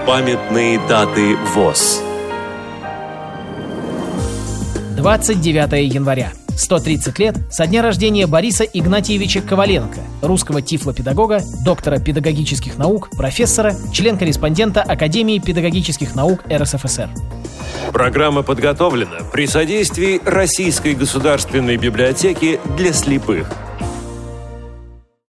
Памятные даты ВОС. 29 января. 130 лет со дня рождения Бориса Игнатьевича Коваленко, русского тифлопедагога, доктора педагогических наук, профессора, член-корреспондента Академии педагогических наук РСФСР. Программа подготовлена при содействии Российской государственной библиотеки для слепых.